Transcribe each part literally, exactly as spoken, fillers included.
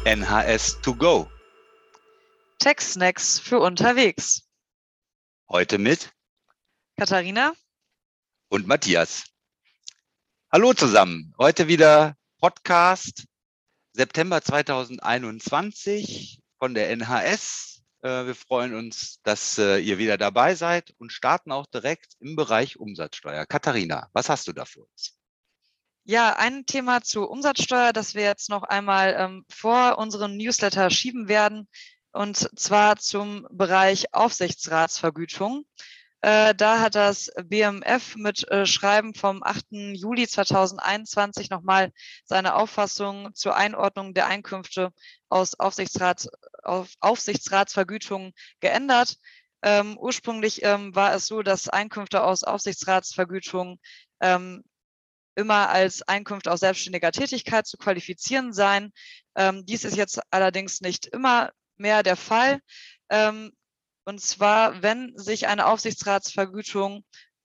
N H S to go. Tech-Snacks für unterwegs. Heute mit Katharina und Matthias. Hallo zusammen. Heute wieder Podcast September zweitausendeinundzwanzig von der N H S. Wir freuen uns, dass ihr wieder dabei seid und starten auch direkt im Bereich Umsatzsteuer. Katharina, was hast du da für uns? Ja, ein Thema zur Umsatzsteuer, das wir jetzt noch einmal ähm, vor unserem Newsletter schieben werden, und zwar zum Bereich Aufsichtsratsvergütung. Äh, da hat das B M F mit äh, Schreiben vom achten Juli zweitausendeinundzwanzig nochmal seine Auffassung zur Einordnung der Einkünfte aus Aufsichtsrats, auf Aufsichtsratsvergütungen geändert. Ähm, ursprünglich ähm, war es so, dass Einkünfte aus Aufsichtsratsvergütungen ähm, immer als Einkünfte aus selbstständiger Tätigkeit zu qualifizieren seien. Ähm, dies ist jetzt allerdings nicht immer mehr der Fall. Ähm, und zwar, wenn sich eine Aufsichtsratsvergütung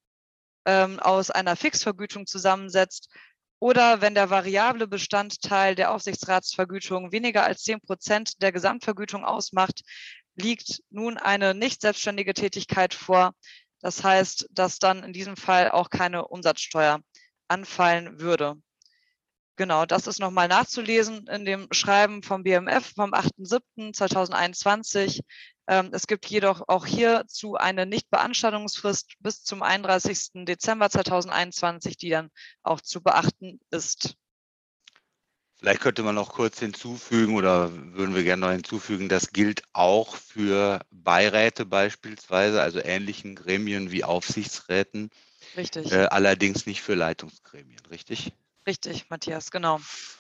ähm, aus einer Fixvergütung zusammensetzt oder wenn der variable Bestandteil der Aufsichtsratsvergütung weniger als zehn Prozent der Gesamtvergütung ausmacht, liegt nun eine nicht selbstständige Tätigkeit vor. Das heißt, dass dann in diesem Fall auch keine Umsatzsteuer anfallen würde. Genau, das ist nochmal nachzulesen in dem Schreiben vom B M F vom achten siebten zweitausendeinundzwanzig. Ähm, es gibt jedoch auch hierzu eine Nichtbeanstandungsfrist bis zum einunddreißigsten Dezember zweitausendeinundzwanzig, die dann auch zu beachten ist. Vielleicht könnte man noch kurz hinzufügen oder würden wir gerne noch hinzufügen, das gilt auch für Beiräte beispielsweise, also ähnlichen Gremien wie Aufsichtsräten. Richtig. Äh, allerdings nicht für Leitungsgremien, richtig? Richtig, Matthias, genau.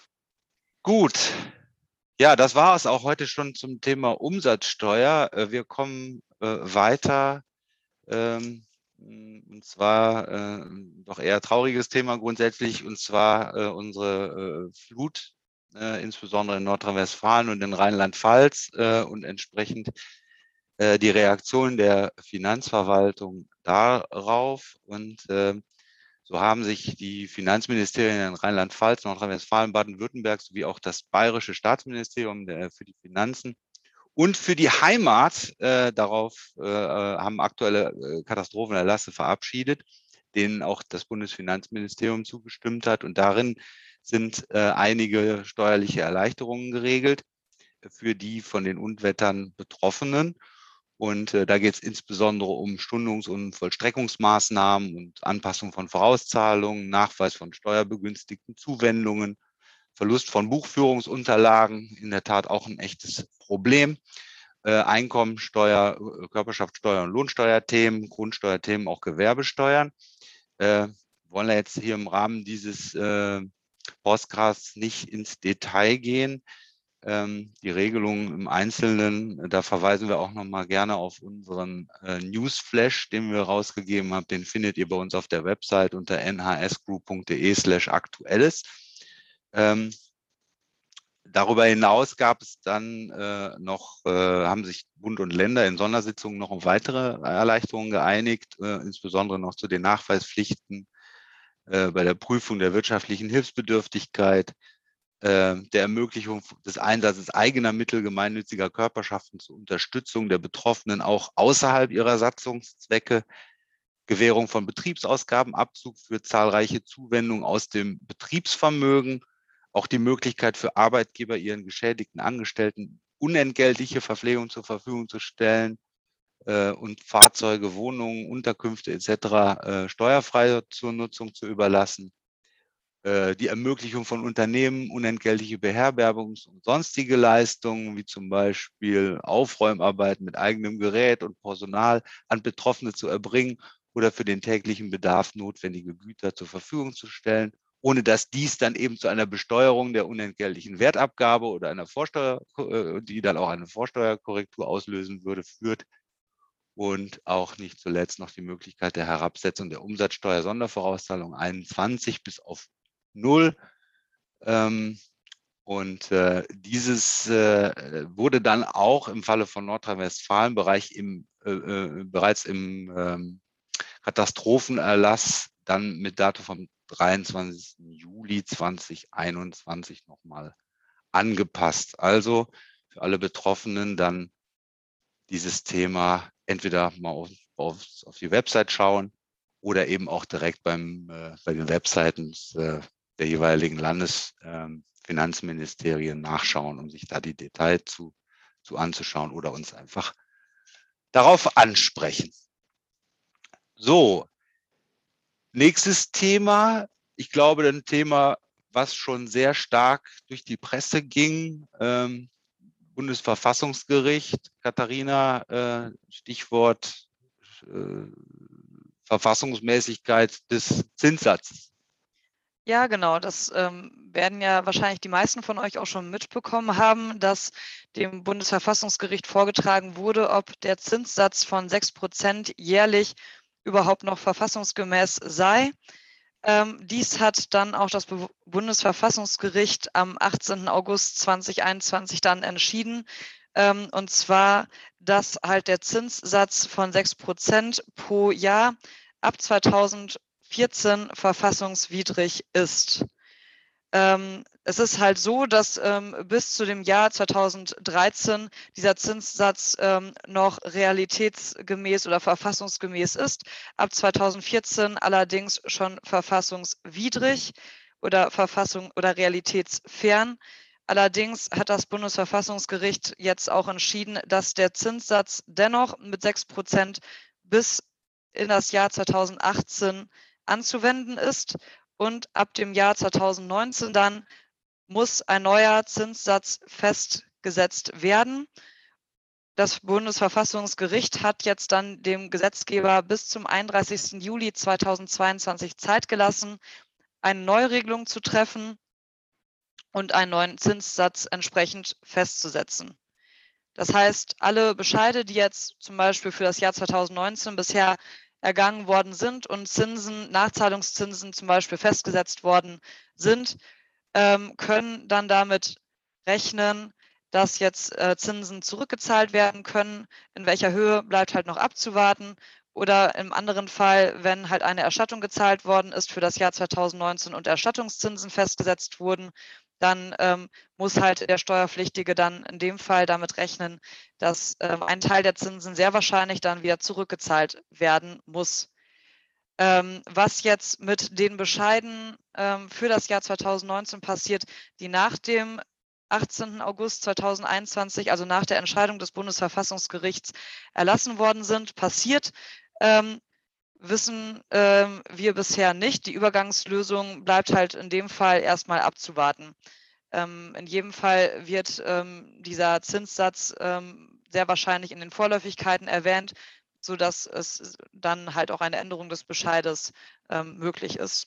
Gut. Ja, das war es auch heute schon zum Thema Umsatzsteuer. Wir kommen äh, weiter, ähm, und zwar äh, doch eher trauriges Thema grundsätzlich, und zwar äh, unsere äh, Flut, äh, insbesondere in Nordrhein-Westfalen und in Rheinland-Pfalz äh, und entsprechend äh, die Reaktion der Finanzverwaltung darauf. Und äh, so haben sich die Finanzministerien in Rheinland-Pfalz, Nordrhein-Westfalen, Baden-Württemberg sowie auch das Bayerische Staatsministerium für die Finanzen und für die Heimat äh, darauf äh, haben aktuelle äh, Katastrophenerlasse verabschiedet, denen auch das Bundesfinanzministerium zugestimmt hat. Und darin sind äh, einige steuerliche Erleichterungen geregelt für die von den Unwettern Betroffenen. Und äh, da geht es insbesondere um Stundungs- und Vollstreckungsmaßnahmen und Anpassung von Vorauszahlungen, Nachweis von steuerbegünstigten Zuwendungen, Verlust von Buchführungsunterlagen, in der Tat auch ein echtes Problem. Äh, Einkommensteuer, Körperschaftsteuer und Lohnsteuerthemen, Grundsteuerthemen, auch Gewerbesteuern. Äh, wollen wir jetzt hier im Rahmen dieses äh, Podcasts nicht ins Detail gehen. Ähm, die Regelungen im Einzelnen, da verweisen wir auch noch mal gerne auf unseren äh, Newsflash, den wir rausgegeben haben. Den findet ihr bei uns auf der Website unter n h s group punkt d e slash aktuelles. Ähm, darüber hinaus gab es dann äh, noch, äh, haben sich Bund und Länder in Sondersitzungen noch um weitere Erleichterungen geeinigt, äh, insbesondere noch zu den Nachweispflichten äh, bei der Prüfung der wirtschaftlichen Hilfsbedürftigkeit, der Ermöglichung des Einsatzes eigener Mittel gemeinnütziger Körperschaften zur Unterstützung der Betroffenen auch außerhalb ihrer Satzungszwecke, Gewährung von Betriebsausgabenabzug für zahlreiche Zuwendungen aus dem Betriebsvermögen, auch die Möglichkeit für Arbeitgeber, ihren geschädigten Angestellten unentgeltliche Verpflegung zur Verfügung zu stellen äh, und Fahrzeuge, Wohnungen, Unterkünfte et cetera äh, steuerfrei zur Nutzung zu überlassen. Die Ermöglichung von Unternehmen, unentgeltliche Beherbergungs- und sonstige Leistungen, wie zum Beispiel Aufräumarbeiten mit eigenem Gerät und Personal an Betroffene zu erbringen oder für den täglichen Bedarf notwendige Güter zur Verfügung zu stellen, ohne dass dies dann eben zu einer Besteuerung der unentgeltlichen Wertabgabe oder einer Vorsteuer, die dann auch eine Vorsteuerkorrektur auslösen würde, führt. Und auch nicht zuletzt noch die Möglichkeit der Herabsetzung der Umsatzsteuer-Sondervorauszahlung einundzwanzig bis auf null. Ähm, und äh, dieses äh, wurde dann auch im Falle von Nordrhein-Westfalen Bereich im, äh, äh, bereits im ähm, Katastrophenerlass dann mit Datum vom dreiundzwanzigsten Juli zweitausendeinundzwanzig nochmal angepasst. Also für alle Betroffenen dann dieses Thema entweder mal auf, auf, auf die Website schauen oder eben auch direkt beim, äh, bei den Webseiten äh, der jeweiligen Landesfinanzministerien ähm, nachschauen, um sich da die Details zu, zu anzuschauen oder uns einfach darauf ansprechen. So, nächstes Thema. Ich glaube, ein Thema, was schon sehr stark durch die Presse ging. Ähm, Bundesverfassungsgericht, Katharina, äh, Stichwort äh, Verfassungsmäßigkeit des Zinssatzes. Ja, genau. Das ähm, werden ja wahrscheinlich die meisten von euch auch schon mitbekommen haben, dass dem Bundesverfassungsgericht vorgetragen wurde, ob der Zinssatz von sechs Prozent jährlich überhaupt noch verfassungsgemäß sei. Ähm, dies hat dann auch das Be- Bundesverfassungsgericht am achtzehnten August zweitausendeinundzwanzig dann entschieden. Ähm, und zwar, dass halt der Zinssatz von sechs Prozent pro Jahr ab zweitausendvierzehn verfassungswidrig ist. Ähm, es ist halt so, dass ähm, bis zu dem Jahr zweitausenddreizehn dieser Zinssatz ähm, noch realitätsgemäß oder verfassungsgemäß ist, ab zweitausendvierzehn allerdings schon verfassungswidrig oder Verfassung oder realitätsfern. Allerdings hat das Bundesverfassungsgericht jetzt auch entschieden, dass der Zinssatz dennoch mit sechs Prozent bis in das Jahr zweitausendachtzehn anzuwenden ist. Und ab dem Jahr zweitausendneunzehn dann muss ein neuer Zinssatz festgesetzt werden. Das Bundesverfassungsgericht hat jetzt dann dem Gesetzgeber bis zum einunddreißigsten Juli zweitausendzweiundzwanzig Zeit gelassen, eine Neuregelung zu treffen und einen neuen Zinssatz entsprechend festzusetzen. Das heißt, alle Bescheide, die jetzt zum Beispiel für das Jahr zweitausendneunzehn bisher ergangen worden sind und Zinsen, Nachzahlungszinsen zum Beispiel festgesetzt worden sind, ähm, können dann damit rechnen, dass jetzt äh, Zinsen zurückgezahlt werden können. In welcher Höhe bleibt halt noch abzuwarten. Oder im anderen Fall, wenn halt eine Erstattung gezahlt worden ist für das Jahr zweitausendneunzehn und Erstattungszinsen festgesetzt wurden, dann ähm, muss halt der Steuerpflichtige dann in dem Fall damit rechnen, dass ähm, ein Teil der Zinsen sehr wahrscheinlich dann wieder zurückgezahlt werden muss. Ähm, was jetzt mit den Bescheiden ähm, für das Jahr zweitausendneunzehn passiert, die nach dem achtzehnten August zweitausendeinundzwanzig, also nach der Entscheidung des Bundesverfassungsgerichts, erlassen worden sind, passiert, ähm, wissen ähm, wir bisher nicht. Die Übergangslösung bleibt halt in dem Fall erstmal abzuwarten. Ähm, in jedem Fall wird ähm, dieser Zinssatz ähm, sehr wahrscheinlich in den Vorläufigkeiten erwähnt, sodass es dann halt auch eine Änderung des Bescheides ähm, möglich ist.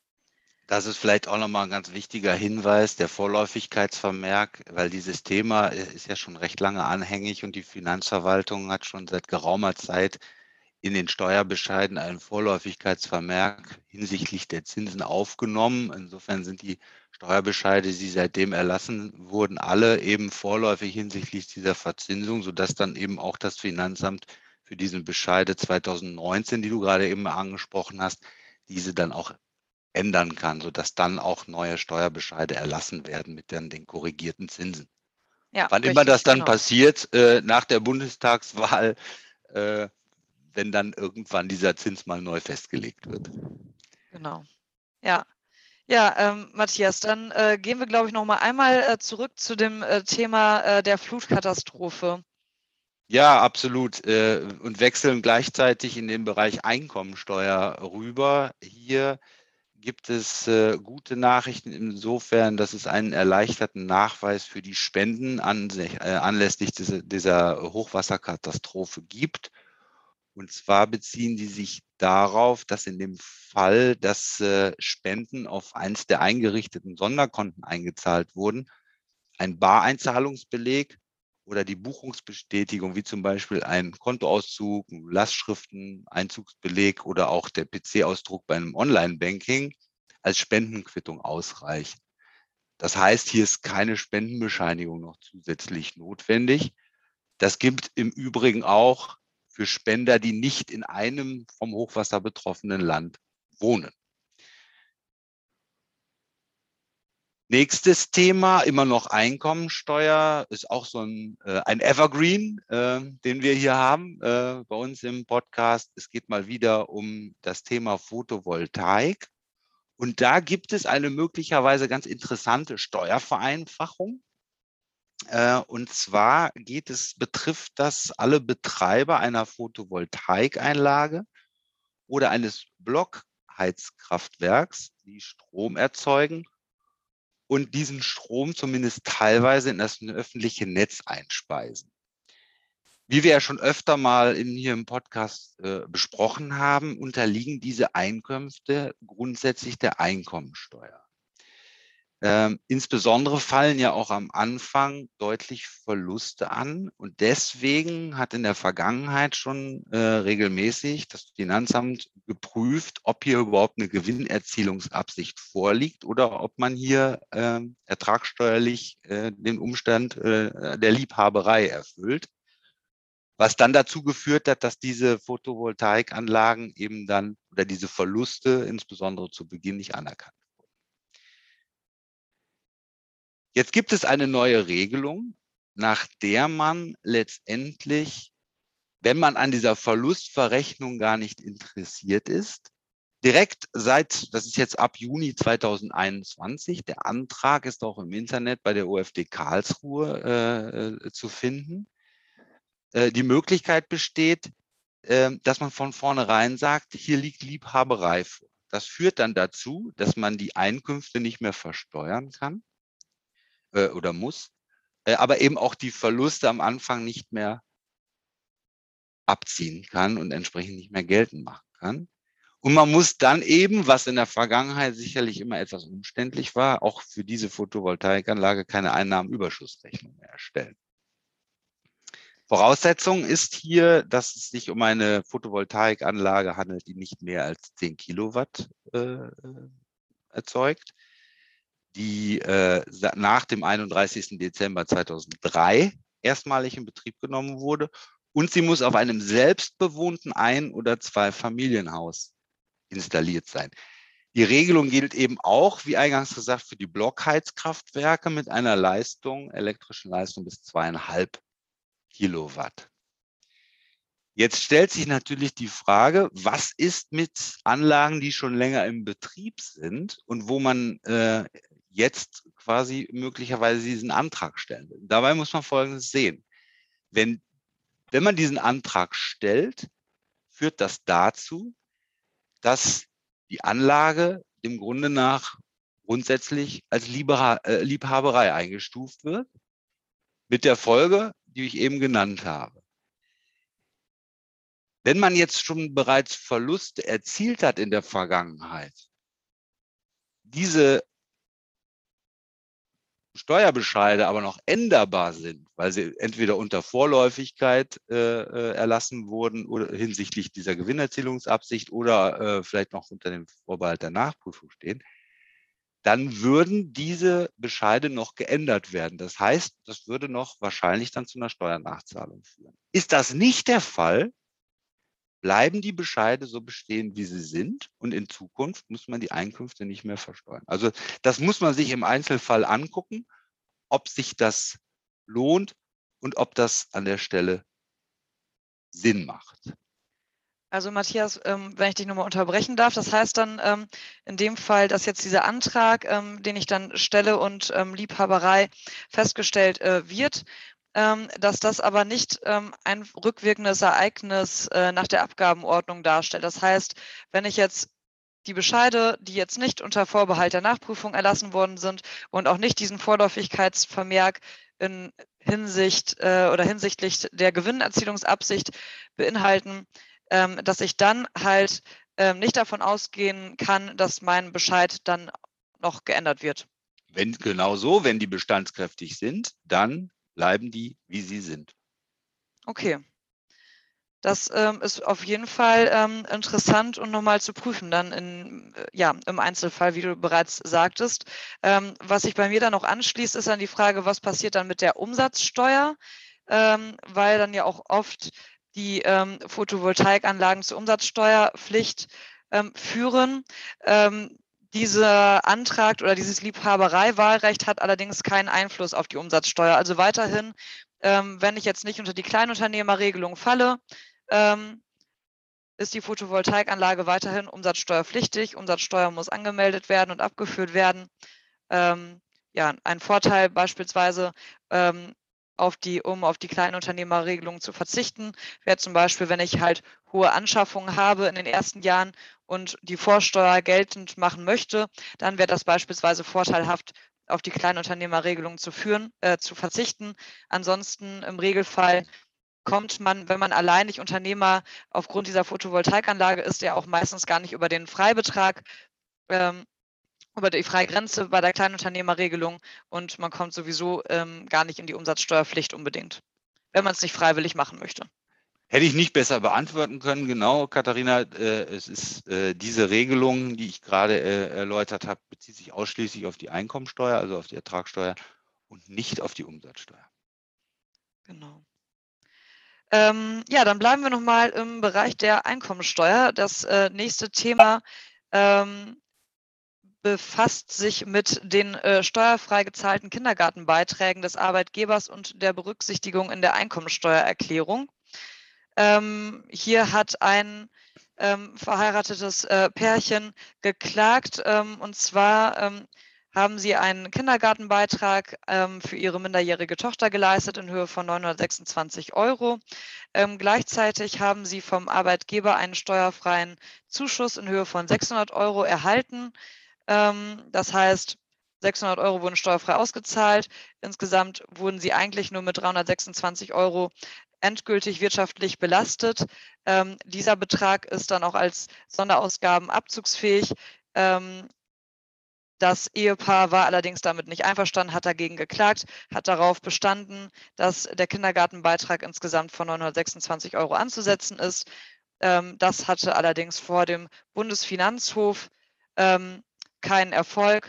Das ist vielleicht auch nochmal ein ganz wichtiger Hinweis, der Vorläufigkeitsvermerk, weil dieses Thema ist ja schon recht lange anhängig und die Finanzverwaltung hat schon seit geraumer Zeit in den Steuerbescheiden einen Vorläufigkeitsvermerk hinsichtlich der Zinsen aufgenommen. Insofern sind die Steuerbescheide, die seitdem erlassen wurden, alle eben vorläufig hinsichtlich dieser Verzinsung, sodass dann eben auch das Finanzamt für diesen Bescheide zweitausendneunzehn, die du gerade eben angesprochen hast, diese dann auch ändern kann, sodass dann auch neue Steuerbescheide erlassen werden mit dann den korrigierten Zinsen. Ja, Wann immer das richtig, dann genau. passiert, äh, nach der Bundestagswahl, äh, wenn dann irgendwann dieser Zins mal neu festgelegt wird. Genau. Ja. Ja, ähm, Matthias, dann äh, gehen wir, glaube ich, noch mal einmal äh, zurück zu dem äh, Thema äh, der Flutkatastrophe. Ja, absolut. Äh, und wechseln gleichzeitig in den Bereich Einkommensteuer rüber. Hier gibt es äh, gute Nachrichten insofern, dass es einen erleichterten Nachweis für die Spenden an, äh, anlässlich dieser, dieser Hochwasserkatastrophe gibt. Und zwar beziehen die sich darauf, dass in dem Fall, dass äh, Spenden auf eins der eingerichteten Sonderkonten eingezahlt wurden, ein Bareinzahlungsbeleg oder die Buchungsbestätigung, wie zum Beispiel ein Kontoauszug, ein Lastschrifteneinzugsbeleg oder auch der P C-Ausdruck bei einem Online-Banking als Spendenquittung ausreichen. Das heißt, hier ist keine Spendenbescheinigung noch zusätzlich notwendig. Das gilt im Übrigen auch für Spender, die nicht in einem vom Hochwasser betroffenen Land wohnen. Nächstes Thema, immer noch Einkommensteuer, ist auch so ein, äh, ein Evergreen, äh, den wir hier haben äh, bei uns im Podcast. Es geht mal wieder um das Thema Photovoltaik. Und da gibt es eine möglicherweise ganz interessante Steuervereinfachung. Äh, und zwar geht es, betrifft das alle Betreiber einer Photovoltaikeinlage oder eines Blockheizkraftwerks, die Strom erzeugen und diesen Strom zumindest teilweise in das öffentliche Netz einspeisen. Wie wir ja schon öfter mal in, hier im Podcast äh, besprochen haben, unterliegen diese Einkünfte grundsätzlich der Einkommensteuer. Ähm, insbesondere fallen ja auch am Anfang deutlich Verluste an. Und deswegen hat in der Vergangenheit schon äh, regelmäßig das Finanzamt geprüft, ob hier überhaupt eine Gewinnerzielungsabsicht vorliegt oder ob man hier äh, ertragssteuerlich äh, den Umstand äh, der Liebhaberei erfüllt. Was dann dazu geführt hat, dass diese Photovoltaikanlagen eben dann oder diese Verluste insbesondere zu Beginn nicht anerkannt wurden. Jetzt gibt es eine neue Regelung, nach der man letztendlich, wenn man an dieser Verlustverrechnung gar nicht interessiert ist, direkt seit, das ist jetzt ab Juni zweitausendeinundzwanzig, der Antrag ist auch im Internet bei der O F D Karlsruhe äh, zu finden, äh, die Möglichkeit besteht, äh, dass man von vornherein sagt, hier liegt Liebhaberei vor. Das führt dann dazu, dass man die Einkünfte nicht mehr versteuern kann äh, oder muss, äh, aber eben auch die Verluste am Anfang nicht mehr abziehen kann und entsprechend nicht mehr geltend machen kann. Und man muss dann eben, was in der Vergangenheit sicherlich immer etwas umständlich war, auch für diese Photovoltaikanlage keine Einnahmenüberschussrechnung mehr erstellen. Voraussetzung ist hier, dass es sich um eine Photovoltaikanlage handelt, die nicht mehr als zehn Kilowatt äh, erzeugt, die äh, nach dem einunddreißigsten Dezember zweitausenddrei erstmalig in Betrieb genommen wurde. Und sie muss auf einem selbstbewohnten Ein- oder Zweifamilienhaus installiert sein. Die Regelung gilt eben auch, wie eingangs gesagt, für die Blockheizkraftwerke mit einer Leistung, elektrischen Leistung bis zweieinhalb Kilowatt. Jetzt stellt sich natürlich die Frage, was ist mit Anlagen, die schon länger im Betrieb sind und wo man äh, jetzt quasi möglicherweise diesen Antrag stellen will. Dabei muss man Folgendes sehen. Wenn, wenn man diesen Antrag stellt, führt das dazu, dass die Anlage dem Grunde nach grundsätzlich als Liebhaberei eingestuft wird, mit der Folge, die ich eben genannt habe. Wenn man jetzt schon bereits Verluste erzielt hat in der Vergangenheit, diese Steuerbescheide aber noch änderbar sind, weil sie entweder unter Vorläufigkeit äh, erlassen wurden oder hinsichtlich dieser Gewinnerzielungsabsicht oder äh, vielleicht noch unter dem Vorbehalt der Nachprüfung stehen, dann würden diese Bescheide noch geändert werden. Das heißt, das würde noch wahrscheinlich dann zu einer Steuernachzahlung führen. Ist das nicht der Fall, bleiben die Bescheide so bestehen, wie sie sind und in Zukunft muss man die Einkünfte nicht mehr versteuern. Also das muss man sich im Einzelfall angucken, ob sich das lohnt und ob das an der Stelle Sinn macht. Also Matthias, ähm, wenn ich dich nochmal unterbrechen darf, das heißt dann ähm, in dem Fall, dass jetzt dieser Antrag, ähm, den ich dann stelle und ähm, Liebhaberei festgestellt äh, wird, ähm, dass das aber nicht ähm, ein rückwirkendes Ereignis äh, nach der Abgabenordnung darstellt. Das heißt, wenn ich jetzt die Bescheide, die jetzt nicht unter Vorbehalt der Nachprüfung erlassen worden sind und auch nicht diesen Vorläufigkeitsvermerk in Hinsicht äh, oder hinsichtlich der Gewinnerzielungsabsicht beinhalten, ähm, dass ich dann halt ähm, nicht davon ausgehen kann, dass mein Bescheid dann noch geändert wird. Wenn genau so, wenn die bestandskräftig sind, dann bleiben die, wie sie sind. Okay. Das ähm, ist auf jeden Fall ähm, interessant und nochmal zu prüfen, dann in, äh, ja, im Einzelfall, wie du bereits sagtest. Ähm, was sich bei mir dann noch anschließt, ist dann die Frage, was passiert dann mit der Umsatzsteuer, ähm, weil dann ja auch oft die ähm, Photovoltaikanlagen zur Umsatzsteuerpflicht ähm, führen. Ähm, Dieser Antrag oder dieses Liebhabereiwahlrecht hat allerdings keinen Einfluss auf die Umsatzsteuer. Also weiterhin, ähm, wenn ich jetzt nicht unter die Kleinunternehmerregelung falle, ähm, ist die Photovoltaikanlage weiterhin umsatzsteuerpflichtig. Umsatzsteuer muss angemeldet werden und abgeführt werden. Ähm, ja, ein Vorteil beispielsweise, ähm, auf die, um auf die Kleinunternehmerregelung zu verzichten, wäre zum Beispiel, wenn ich halt hohe Anschaffungen habe in den ersten Jahren und die Vorsteuer geltend machen möchte, dann wäre das beispielsweise vorteilhaft, auf die Kleinunternehmerregelung zu führen, äh, zu verzichten. Ansonsten im Regelfall kommt man, wenn man alleinig Unternehmer aufgrund dieser Photovoltaikanlage ist, ja auch meistens gar nicht über den Freibetrag, ähm, über die Freigrenze bei der Kleinunternehmerregelung und man kommt sowieso ähm, gar nicht in die Umsatzsteuerpflicht unbedingt, wenn man es nicht freiwillig machen möchte. Hätte ich nicht besser beantworten können. Genau, Katharina, äh, es ist äh, diese Regelung, die ich gerade äh, erläutert habe, bezieht sich ausschließlich auf die Einkommensteuer, also auf die Ertragssteuer und nicht auf die Umsatzsteuer. Genau. Ähm, ja, dann bleiben wir nochmal im Bereich der Einkommensteuer. Das äh, nächste Thema ähm, befasst sich mit den äh, steuerfrei gezahlten Kindergartenbeiträgen des Arbeitgebers und der Berücksichtigung in der Einkommensteuererklärung. Ähm, hier hat ein ähm, verheiratetes äh, Pärchen geklagt, ähm, und zwar ähm, haben sie einen Kindergartenbeitrag ähm, für ihre minderjährige Tochter geleistet in Höhe von neunhundertsechsundzwanzig Euro. Ähm, gleichzeitig haben sie vom Arbeitgeber einen steuerfreien Zuschuss in Höhe von sechshundert Euro erhalten. Ähm, das heißt, sechshundert Euro wurden steuerfrei ausgezahlt. Insgesamt wurden sie eigentlich nur mit dreihundertsechsundzwanzig Euro endgültig wirtschaftlich belastet. Ähm, dieser Betrag ist dann auch als Sonderausgaben abzugsfähig. Ähm, das Ehepaar war allerdings damit nicht einverstanden, hat dagegen geklagt, hat darauf bestanden, dass der Kindergartenbeitrag insgesamt von neunhundertsechsundzwanzig Euro anzusetzen ist. Ähm, das hatte allerdings vor dem Bundesfinanzhof ähm, keinen Erfolg.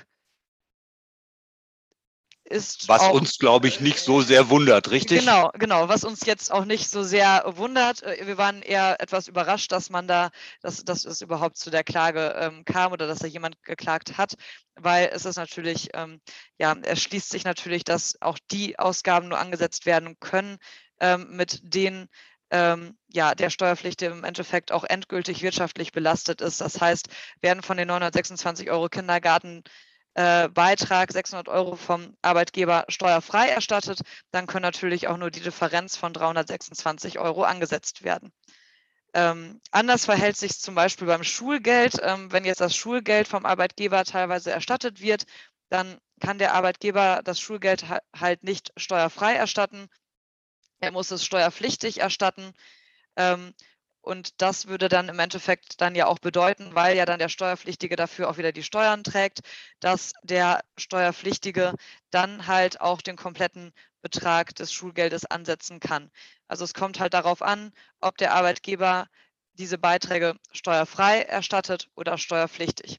Ist Was auch, uns, glaube ich, nicht so sehr wundert, richtig? Genau, genau, was uns jetzt auch nicht so sehr wundert. Äh, Wir waren eher etwas überrascht, dass man da, dass, dass es überhaupt zu der Klage ähm, kam oder dass da jemand geklagt hat, weil es ist natürlich, ähm, ja, es schließt sich natürlich, dass auch die Ausgaben nur angesetzt werden können, ähm, mit denen ähm, ja, der Steuerpflichtige im Endeffekt auch endgültig wirtschaftlich belastet ist. Das heißt, werden von den neunhundertsechsundzwanzig Euro Kindergarten äh, Beitrag sechshundert Euro vom Arbeitgeber steuerfrei erstattet, dann können natürlich auch nur die Differenz von dreihundertsechsundzwanzig Euro angesetzt werden. Ähm, anders verhält sich zum Beispiel beim Schulgeld. Ähm, wenn jetzt das Schulgeld vom Arbeitgeber teilweise erstattet wird, dann kann der Arbeitgeber das Schulgeld ha halt nicht steuerfrei erstatten. Er muss es steuerpflichtig erstatten. Ähm, und das würde dann im Endeffekt dann ja auch bedeuten, weil ja dann der Steuerpflichtige dafür auch wieder die Steuern trägt, dass der Steuerpflichtige dann halt auch den kompletten Betrag des Schulgeldes ansetzen kann. Also es kommt halt darauf an, ob der Arbeitgeber diese Beiträge steuerfrei erstattet oder steuerpflichtig.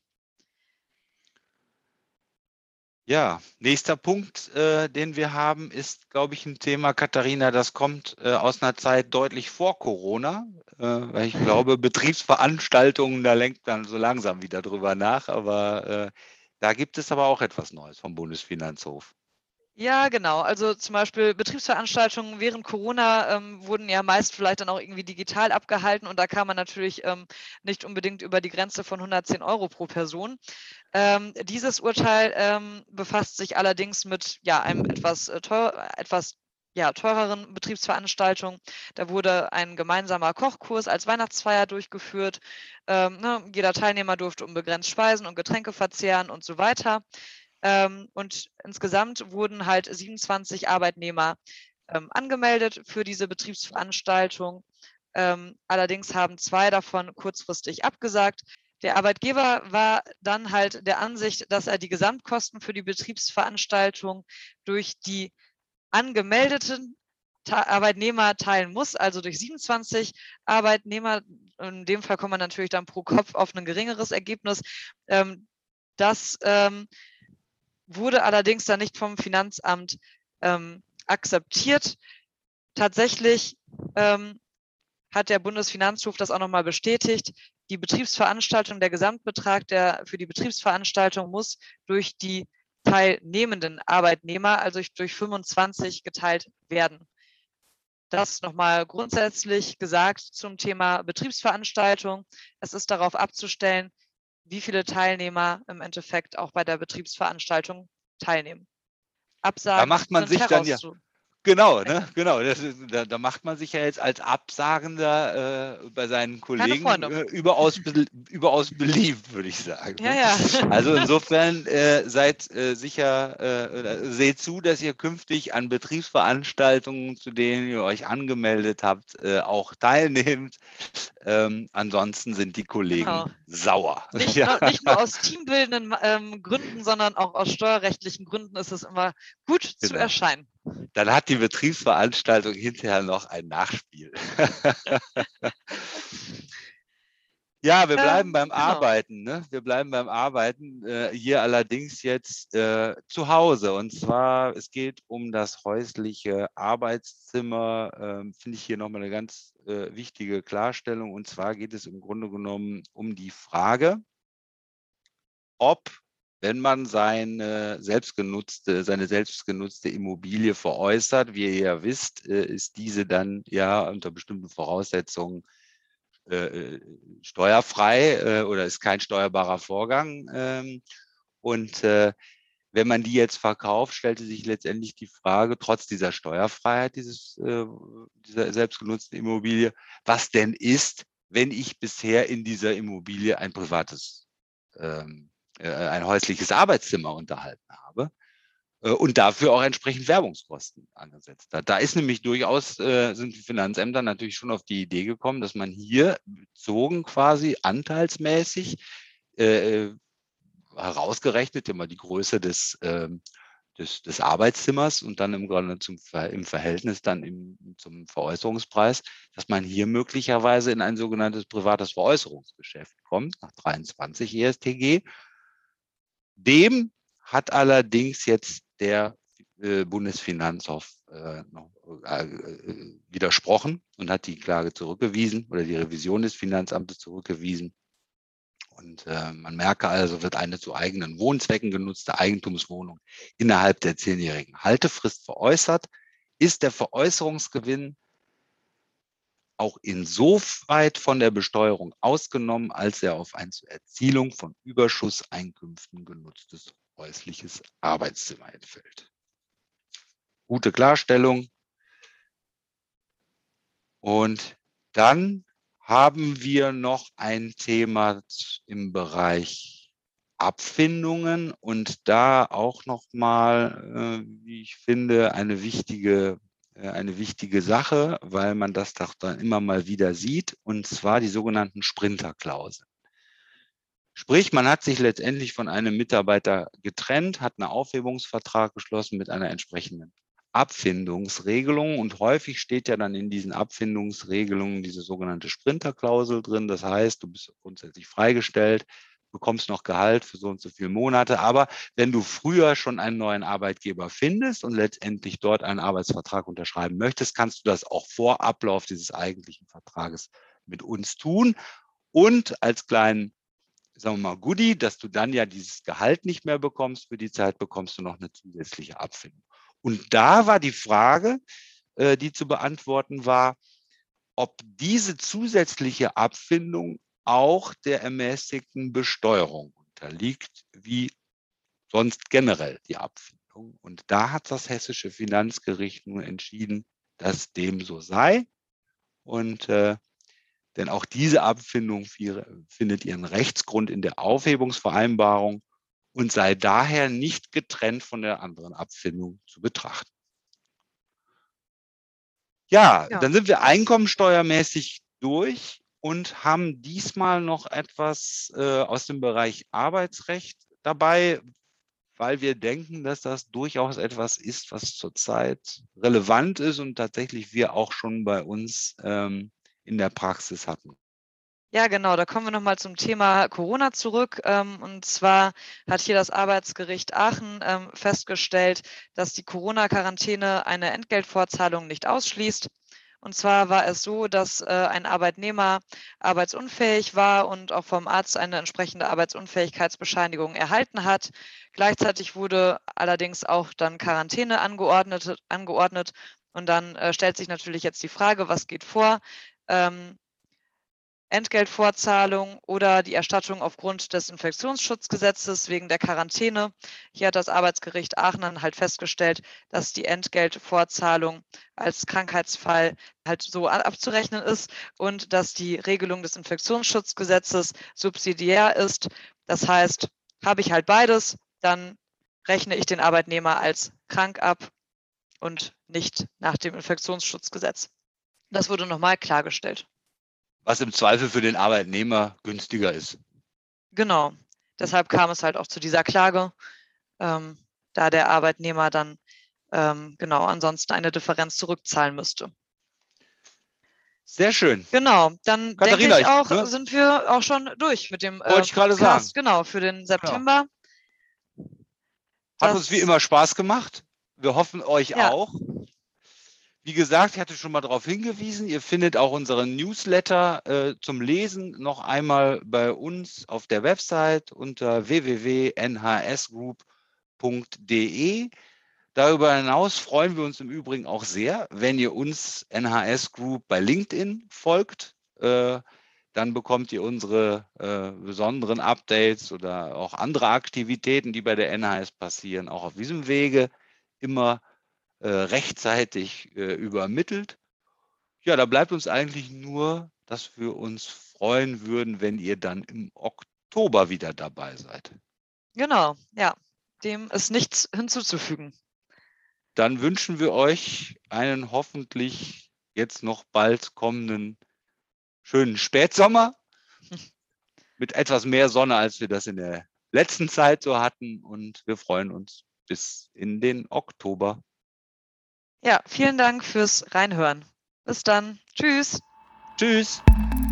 Ja, nächster Punkt, äh, den wir haben, ist, glaube ich, ein Thema, Katharina, das kommt äh, aus einer Zeit deutlich vor Corona, äh, weil ich glaube, Betriebsveranstaltungen, da lenkt man so langsam wieder drüber nach, aber äh, da gibt es aber auch etwas Neues vom Bundesfinanzhof. Ja, genau. Also zum Beispiel Betriebsveranstaltungen während Corona ähm, wurden ja meist vielleicht dann auch irgendwie digital abgehalten und da kam man natürlich ähm, nicht unbedingt über die Grenze von hundertzehn Euro pro Person. Ähm, dieses Urteil ähm, befasst sich allerdings mit ja, einem etwas, äh, teuer, etwas ja, teureren Betriebsveranstaltung. Da wurde ein gemeinsamer Kochkurs als Weihnachtsfeier durchgeführt. Ähm, ne, jeder Teilnehmer durfte unbegrenzt Speisen und Getränke verzehren und so weiter. Ähm, und insgesamt wurden halt siebenundzwanzig Arbeitnehmer ähm, angemeldet für diese Betriebsveranstaltung. Ähm, allerdings haben zwei davon kurzfristig abgesagt. Der Arbeitgeber war dann halt der Ansicht, dass er die Gesamtkosten für die Betriebsveranstaltung durch die angemeldeten Arbeitnehmer teilen muss, also durch siebenundzwanzig Arbeitnehmer. In dem Fall kommt man natürlich dann pro Kopf auf ein geringeres Ergebnis. Ähm, das ähm, wurde allerdings dann nicht vom Finanzamt ähm, akzeptiert. Tatsächlich ähm, hat der Bundesfinanzhof das auch nochmal bestätigt. die Betriebsveranstaltung, der Gesamtbetrag der für die Betriebsveranstaltung muss durch die teilnehmenden Arbeitnehmer, also durch fünfundzwanzig geteilt werden. Das nochmal grundsätzlich gesagt zum Thema Betriebsveranstaltung. Es ist darauf abzustellen, wie viele Teilnehmer im Endeffekt auch bei der Betriebsveranstaltung teilnehmen. Absagen da macht man sind sich dann ja, herauszu. genau, ne, genau. Das ist, da, da macht man sich ja jetzt als Absagender äh, bei seinen Keine Kollegen Freunde. äh, überaus, be überaus beliebt, würde ich sagen. Ja, Ne? ja. Also insofern äh, seid äh, sicher, äh, seht zu, dass ihr künftig an Betriebsveranstaltungen, zu denen ihr euch angemeldet habt, äh, auch teilnehmt. Ähm, ansonsten sind die Kollegen Genau. sauer. Nicht, Ja. nur, nicht nur aus teambildenden ähm, Gründen, sondern auch aus steuerrechtlichen Gründen ist es immer gut zu Genau. erscheinen. Dann hat die Betriebsveranstaltung hinterher noch ein Nachspiel. Ja, wir bleiben Ähm, beim genau. Arbeiten. Ne? Wir bleiben beim Arbeiten. Äh, hier allerdings jetzt äh, zu Hause. Und zwar, es geht um das häusliche Arbeitszimmer. Ähm, Finde ich hier nochmal eine ganz äh, wichtige Klarstellung. Und zwar geht es im Grunde genommen um die Frage, ob, wenn man seine selbstgenutzte, seine selbstgenutzte Immobilie veräußert, wie ihr ja wisst, äh, ist diese dann ja unter bestimmten Voraussetzungen äh, steuerfrei äh, oder ist kein steuerbarer Vorgang. Ähm, und äh, wenn man die jetzt verkauft, stellte sich letztendlich die Frage, trotz dieser Steuerfreiheit dieses, äh, dieser selbstgenutzten Immobilie, was denn ist, wenn ich bisher in dieser Immobilie ein privates, ähm, äh, ein häusliches Arbeitszimmer unterhalten habe äh, und dafür auch entsprechend Werbungskosten angesetzt hat. Da ist nämlich durchaus, äh, sind die Finanzämter natürlich schon auf die Idee gekommen, dass man hier bezogen quasi anteilsmäßig äh, herausgerechnet, immer die Größe des, ähm, des, des Arbeitszimmers und dann im Grunde zum, im Verhältnis dann im, zum Veräußerungspreis, dass man hier möglicherweise in ein sogenanntes privates Veräußerungsgeschäft kommt, nach dreiundzwanzig E S T G. Dem hat allerdings jetzt der äh, Bundesfinanzhof äh, noch, äh, äh, widersprochen und hat die Klage zurückgewiesen oder die Revision des Finanzamtes zurückgewiesen. Und äh, man merke also, wird eine zu eigenen Wohnzwecken genutzte Eigentumswohnung innerhalb der zehnjährigen Haltefrist veräußert, ist der Veräußerungsgewinn auch insoweit von der Besteuerung ausgenommen, als er auf ein zur Erzielung von Überschusseinkünften genutztes häusliches Arbeitszimmer entfällt. Gute Klarstellung. Und dann haben wir noch ein Thema im Bereich Abfindungen und da auch nochmal, äh, wie ich finde, eine wichtige, äh, eine wichtige Sache, weil man das doch dann immer mal wieder sieht, und zwar die sogenannten Sprinterklauseln. Sprich, man hat sich letztendlich von einem Mitarbeiter getrennt, hat einen Aufhebungsvertrag geschlossen mit einer entsprechenden Abfindungsregelung, und häufig steht ja dann in diesen Abfindungsregelungen diese sogenannte Sprinterklausel drin. Das heißt, du bist grundsätzlich freigestellt, bekommst noch Gehalt für so und so viele Monate, aber wenn du früher schon einen neuen Arbeitgeber findest und letztendlich dort einen Arbeitsvertrag unterschreiben möchtest, kannst du das auch vor Ablauf dieses eigentlichen Vertrages mit uns tun. Und als kleinen, sagen wir mal, Goodie, dass du dann ja dieses Gehalt nicht mehr bekommst, für die Zeit bekommst du noch eine zusätzliche Abfindung. Und da war die Frage, äh, die zu beantworten war, ob diese zusätzliche Abfindung auch der ermäßigten Besteuerung unterliegt, wie sonst generell die Abfindung. Und da hat das hessische Finanzgericht nun entschieden, dass dem so sei. Und äh, denn auch diese Abfindung findet ihren Rechtsgrund in der Aufhebungsvereinbarung und sei daher nicht getrennt von der anderen Abfindung zu betrachten. Ja, Ja. dann sind wir einkommensteuermäßig durch und haben diesmal noch etwas äh, aus dem Bereich Arbeitsrecht dabei, weil wir denken, dass das durchaus etwas ist, was zurzeit relevant ist und tatsächlich wir auch schon bei uns ähm, in der Praxis hatten. Ja, genau, da kommen wir nochmal zum Thema Corona zurück. Ähm, und zwar hat hier das Arbeitsgericht Aachen ähm, festgestellt, dass die Corona-Quarantäne eine Entgeltvorzahlung nicht ausschließt. Und zwar war es so, dass äh, ein Arbeitnehmer arbeitsunfähig war und auch vom Arzt eine entsprechende Arbeitsunfähigkeitsbescheinigung erhalten hat. Gleichzeitig wurde allerdings auch dann Quarantäne angeordnet, angeordnet. Und dann äh, stellt sich natürlich jetzt die Frage, was geht vor? Ähm, Entgeltvorzahlung oder die Erstattung aufgrund des Infektionsschutzgesetzes wegen der Quarantäne. Hier hat das Arbeitsgericht Aachen dann halt festgestellt, dass die Entgeltvorzahlung als Krankheitsfall halt so abzurechnen ist und dass die Regelung des Infektionsschutzgesetzes subsidiär ist. Das heißt, habe ich halt beides, dann rechne ich den Arbeitnehmer als krank ab und nicht nach dem Infektionsschutzgesetz. Das wurde nochmal klargestellt. Was im Zweifel für den Arbeitnehmer günstiger ist. Genau. Deshalb kam es halt auch zu dieser Klage, ähm, da der Arbeitnehmer dann ähm, genau ansonsten eine Differenz zurückzahlen müsste. Sehr schön. Genau, dann Katharina, denke ich auch, ich, ne? sind wir auch schon durch mit dem äh, Wollte ich gerade Podcast, sagen. genau, für den September. Hat Das, uns wie immer Spaß gemacht. Wir hoffen euch ja. auch. Wie gesagt, ich hatte schon mal darauf hingewiesen, ihr findet auch unseren Newsletter äh, zum Lesen noch einmal bei uns auf der Website unter w w w punkt n h s group punkt d e. Darüber hinaus freuen wir uns im Übrigen auch sehr, wenn ihr uns N H S Group bei LinkedIn folgt. Äh, dann bekommt ihr unsere äh, besonderen Updates oder auch andere Aktivitäten, die bei der N H S passieren, auch auf diesem Wege immer äh, rechtzeitig äh, übermittelt. Ja, da bleibt uns eigentlich nur, dass wir uns freuen würden, wenn ihr dann im Oktober wieder dabei seid. Genau, ja, dem ist nichts hinzuzufügen. Dann wünschen wir euch einen hoffentlich jetzt noch bald kommenden schönen Spätsommer mit etwas mehr Sonne, als wir das in der letzten Zeit so hatten. Und wir freuen uns bis in den Oktober. Ja, vielen Dank fürs Reinhören. Bis dann. Tschüss. Tschüss.